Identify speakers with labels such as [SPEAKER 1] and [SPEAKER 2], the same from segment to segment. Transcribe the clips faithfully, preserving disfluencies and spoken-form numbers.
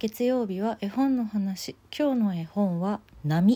[SPEAKER 1] 月曜日は絵本の話。今日の絵本は波。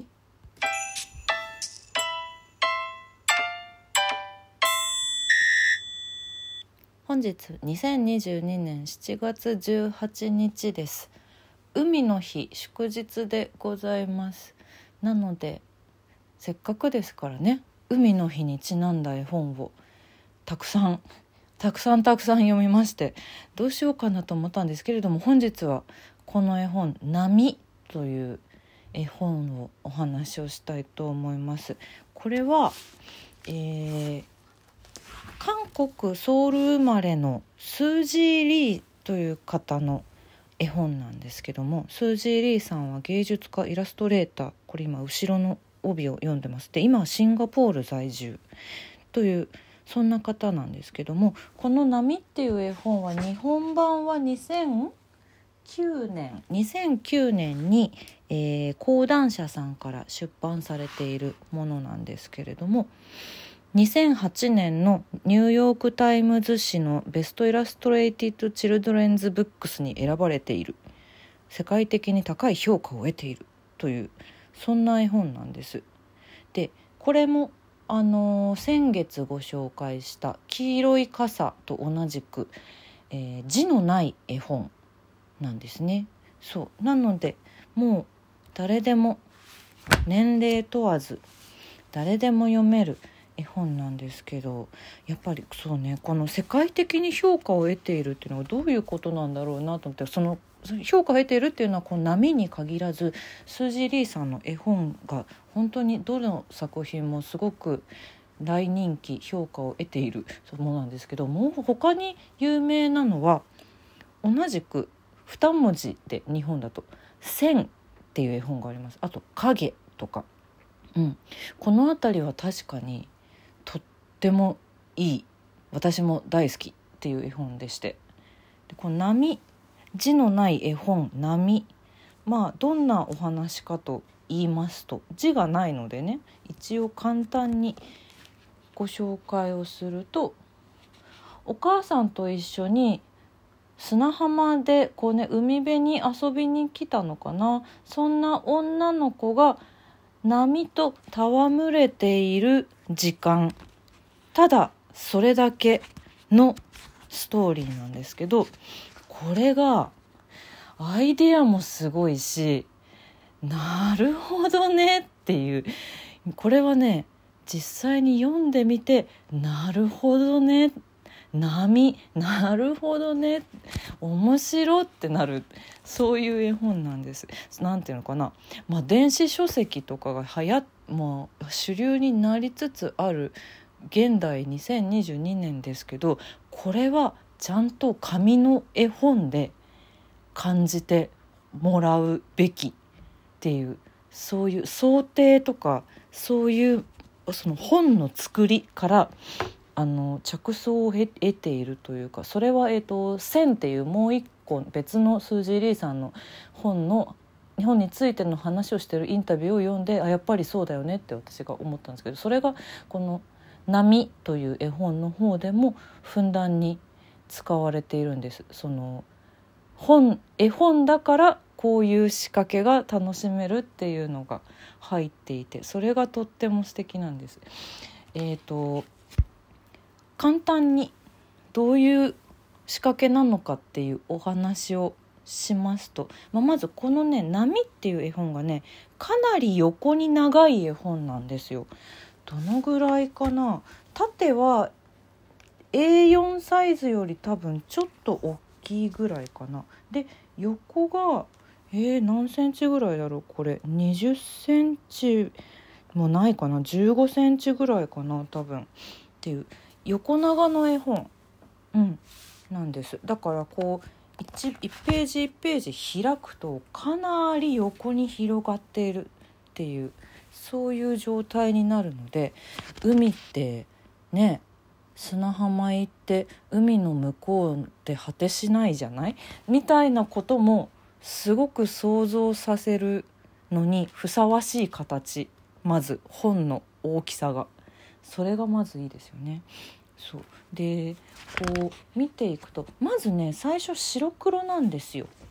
[SPEAKER 1] 本日にせんにじゅうにねんしちがつじゅうはちにちです。海の日、祝日でございます。なのでせっかくですからね、海の日にちなんだ絵本をたくさんたくさんたくさん読みまして、どうしようかなと思ったんですけれども、本日はこの絵本波という絵本をお話をしたいと思います。これは、えー、韓国ソウル生まれのスージー・リーという方の絵本なんですけども、スージー・リーさんは芸術家、イラストレーター、これ今後ろの帯を読んでます。で、今はシンガポール在住というそんな方なんですけども、この波っていう絵本は日本版はにせんきゅうねんにせんきゅうねんに、えー、講談社さんから出版されているものなんですけれども、にせんはちねんのニューヨークタイムズ誌のベストイラストレイティッドチルドレンズブックスに選ばれている、世界的に高い評価を得ているという、そんな絵本なんです。で、これもあのー、先月ご紹介した黄色い傘と同じく、えー、字のない絵本なんですね。そうなので、もう誰でも年齢問わず誰でも読める絵本なんですけど、やっぱりそうね、この世界的に評価を得ているっていうのはどういうことなんだろうなと思って、その評価を得ているっていうのはこの波に限らず、スージー・リーさんの絵本が本当にどの作品もすごく大人気、評価を得ているものなんですけども、他に有名なのは同じくに文字で日本だと線っていう絵本があります。あと影とか、うん、このあたりは確かにとってもいい、私も大好きっていう絵本でして、でこの波、字のない絵本波、まあどんなお話かと言いますと、字がないのでね、一応簡単にご紹介をすると、お母さんと一緒に砂浜でこう、ね、海辺に遊びに来たのかな、そんな女の子が波と戯れている時間、ただそれだけのストーリーなんですけど、これがアイデアもすごいし、なるほどねっていう、これはね実際に読んでみて、なるほどね、波、なるほどね、面白ってなる、そういう絵本なんです。なんていうのかな、まあ、電子書籍とかが流行っもう主流になりつつある現代にせんにじゅうにねんですけど、これはちゃんと紙の絵本で感じてもらうべきっていう、そういう想定とか、そういうその本の作りからあの着想を得ているというか、それは、えーと、線っていうもう一個別のスージー・リーさんの本の日本についての話をしているインタビューを読んで、あ、やっぱりそうだよねって私が思ったんですけど、それがこの波という絵本の方でもふんだんに使われているんです。その本絵本だからこういう仕掛けが楽しめるっていうのが入っていて、それがとっても素敵なんです。えーと簡単にどういう仕掛けなのかっていうお話をしますと、まあ、まずこのね波っていう絵本がね、かなり横に長い絵本なんですよ。どのぐらいかな、縦は エーよん サイズより多分ちょっと大きいぐらいかな。で、横がえー、何センチぐらいだろう、これにじゅっセンチもないかな、じゅうごセンチぐらいかな多分っていう横長の絵本、うん、なんです。だからこう 1, いちページいちページ開くとかなり横に広がっているっていう、そういう状態になるので、海ってね、砂浜行って海の向こうで果てしないじゃないみたいなこともすごく想像させるのにふさわしい形、まず本の大きさが、それがまずいいですよね。そうで、こう見ていくとまずね、最初白黒なんですよ。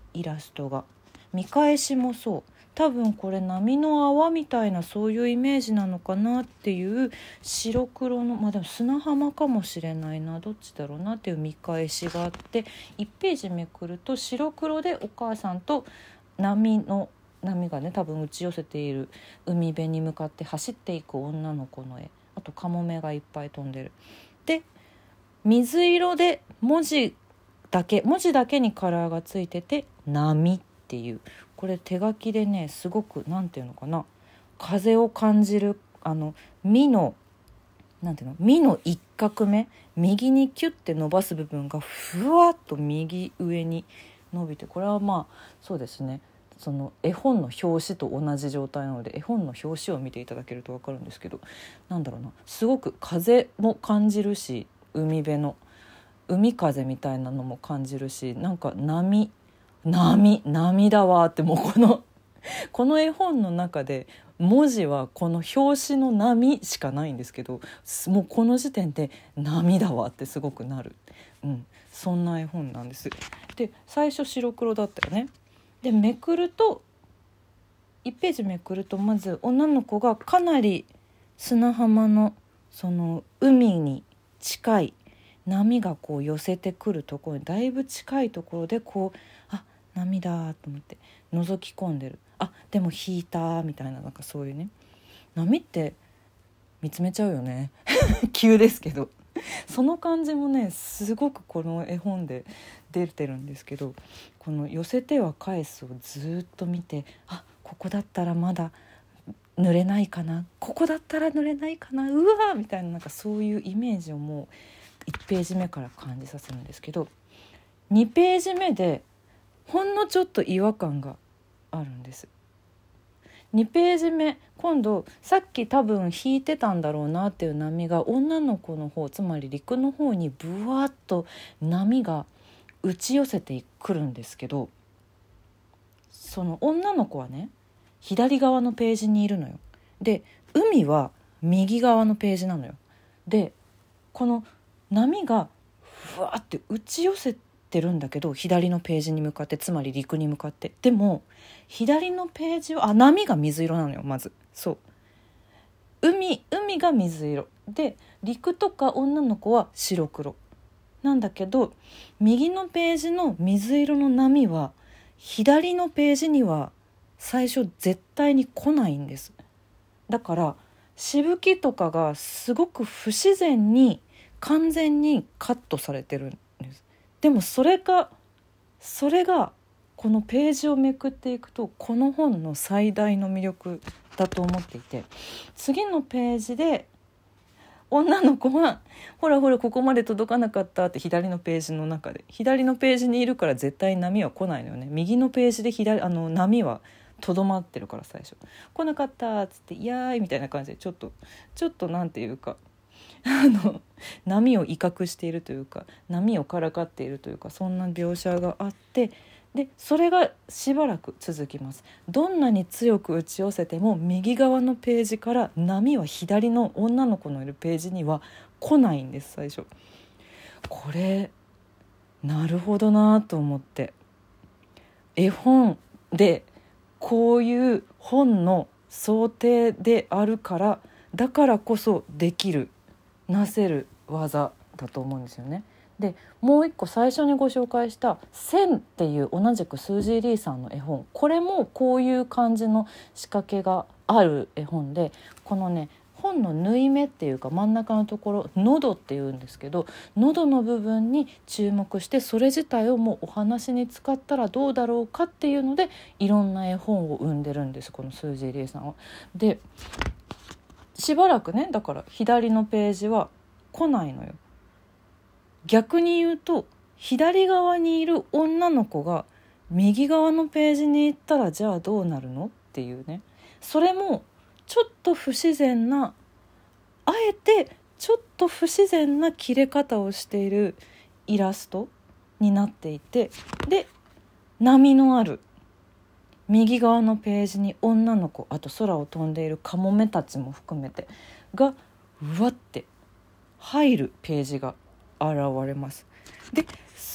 [SPEAKER 1] イラストが。見返しもそう、多分これ波の泡みたいなそういうイメージなのかなっていう白黒の、まあでも砂浜かもしれないな、どっちだろうなっていう見返しがあって、いちページめくると白黒でお母さんと波の波がね多分打ち寄せている海辺に向かって走っていく女の子の絵、あとカモメがいっぱい飛んでる。で水色で文字だけ文字だけにカラーがついてて波っていう、これ手書きでねすごくなんていうのかな、風を感じる、あの実のなんていうの実の一画目右にキュッて伸ばす部分がふわっと右上に伸びて、これはまあそうですね、その絵本の表紙と同じ状態なので絵本の表紙を見ていただけると分かるんですけど、なんだろうな、すごく風も感じるし、海辺の海風みたいなのも感じるし、なんか波波波だわって、もうこのこの絵本の中で文字はこの表紙の波しかないんですけど、もうこの時点で波だわってすごくなる、うん、そんな絵本なんです。で最初白黒だったよね。でめくるといちページめくると、まず女の子がかなり砂浜のその海に近い、波がこう寄せてくるところにだいぶ近いところでこう、あ波だと思って覗き込んでる、あでも引いたみたいな、なんかそういうね、波って見つめちゃうよね急ですけどその感じもねすごくこの絵本で出てるんですけど、この寄せては返すをずっと見て、あここだったらまだ濡れないかな、ここだったら濡れないかな、うわみたいな、なんかそういうイメージをもういちページ目から感じさせるんですけど、にページ目でほんのちょっと違和感があるんです。にページ目、今度さっき多分引いてたんだろうなっていう波が女の子の方、つまり陸の方にブワーッと波が打ち寄せてくるんですけど、その女の子はね左側のページにいるのよ。で海は右側のページなのよ。でこの波がふわって打ち寄せてるんだけど、左のページに向かって、つまり陸に向かって、でも左のページはあ波が水色なのよ。まずそう海海が水色で、陸とか女の子は白黒なんだけど、右のページの水色の波は左のページには最初絶対に来ないんです。だからしぶきとかがすごく不自然に完全にカットされてるんです。でもそれがそれがこのページをめくっていくとこの本の最大の魅力だと思っていて、次のページで女の子はほらほらここまで届かなかったって左のページの中で、左のページにいるから絶対波は来ないのよね。右のページで左あの波はとどまってるから、最初来なかったっつってイヤーイみたいな感じでちょっとちょっとなんていうかあの波を威嚇しているというか、波をからかっているというか、そんな描写があって、でそれがしばらく続きます。どんなに強く打ち寄せても右側のページから波は左の女の子のいるページには来ないんです。最初これなるほどなと思って、絵本でこういう本の想定であるからだからこそできるなせる技だと思うんですよね。でもう一個最初にご紹介した線っていう同じくスージー・リーさんの絵本、これもこういう感じの仕掛けがある絵本で、このね本の縫い目っていうか真ん中のところ喉っていうんですけど、喉の部分に注目してそれ自体をもうお話に使ったらどうだろうかっていうのでいろんな絵本を生んでるんです、このスージー・リーさんは。でしばらくねだから左のページは来ないのよ。逆に言うと左側にいる女の子が右側のページに行ったらじゃあどうなるのっていうね、それもちょっと不自然な、あえてちょっと不自然な切れ方をしているイラストになっていて、で波のある右側のページに女の子、あと空を飛んでいるカモメたちも含めてがうわって入るページが現れます。で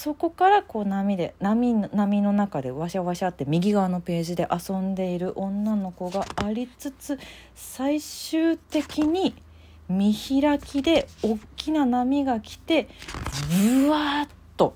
[SPEAKER 1] そこからこう波で 波, 波の中でワシャワシャって右側のページで遊んでいる女の子がありつつ、最終的に見開きで大きな波が来てブワーッと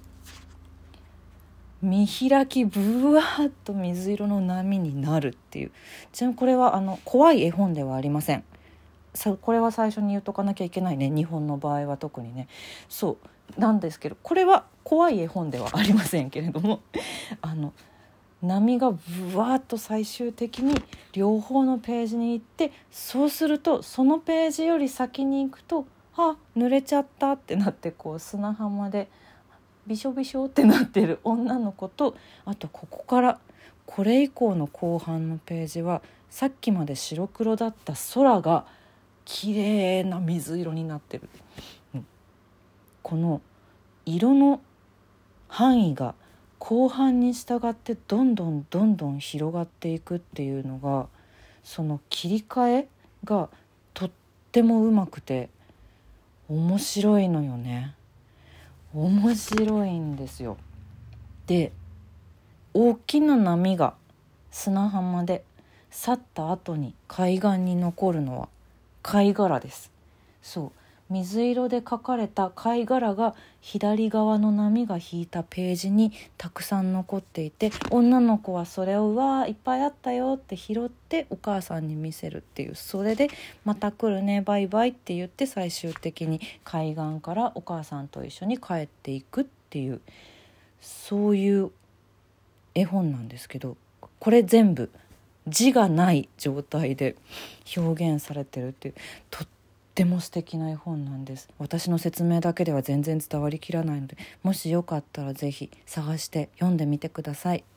[SPEAKER 1] 見開きブワーッと水色の波になるっていう。ちなみにこれはあの怖い絵本ではありません。さこれは最初に言っとかなきゃいけないね、日本の場合は特にね。そうなんですけど、これは怖い絵本ではありませんけれどもあの波がブワーッと最終的に両方のページに行って、そうするとそのページより先に行くと、あ、濡れちゃったってなって、こう砂浜でびしょびしょってなってる女の子と、あとここからこれ以降の後半のページはさっきまで白黒だった空が綺麗な水色になってる、うん、この色の範囲が後半に従ってどんどんどんどん広がっていくっていうのが、その切り替えがとってもうまくて面白いのよね。面白いんですよ。で、大きな波が砂浜で去った後に海岸に残るのは貝殻です。そう、水色で描かれた貝殻が左側の波が引いたページにたくさん残っていて、女の子はそれをうわーいっぱいあったよって拾ってお母さんに見せるっていう、それでまた来るねバイバイって言って最終的に海岸からお母さんと一緒に帰っていくっていう、そういう絵本なんですけど、これ全部字がない状態で表現されてるっていう、とっても素敵な絵本なんです。私の説明だけでは全然伝わりきらないので、もしよかったらぜひ探して読んでみてください。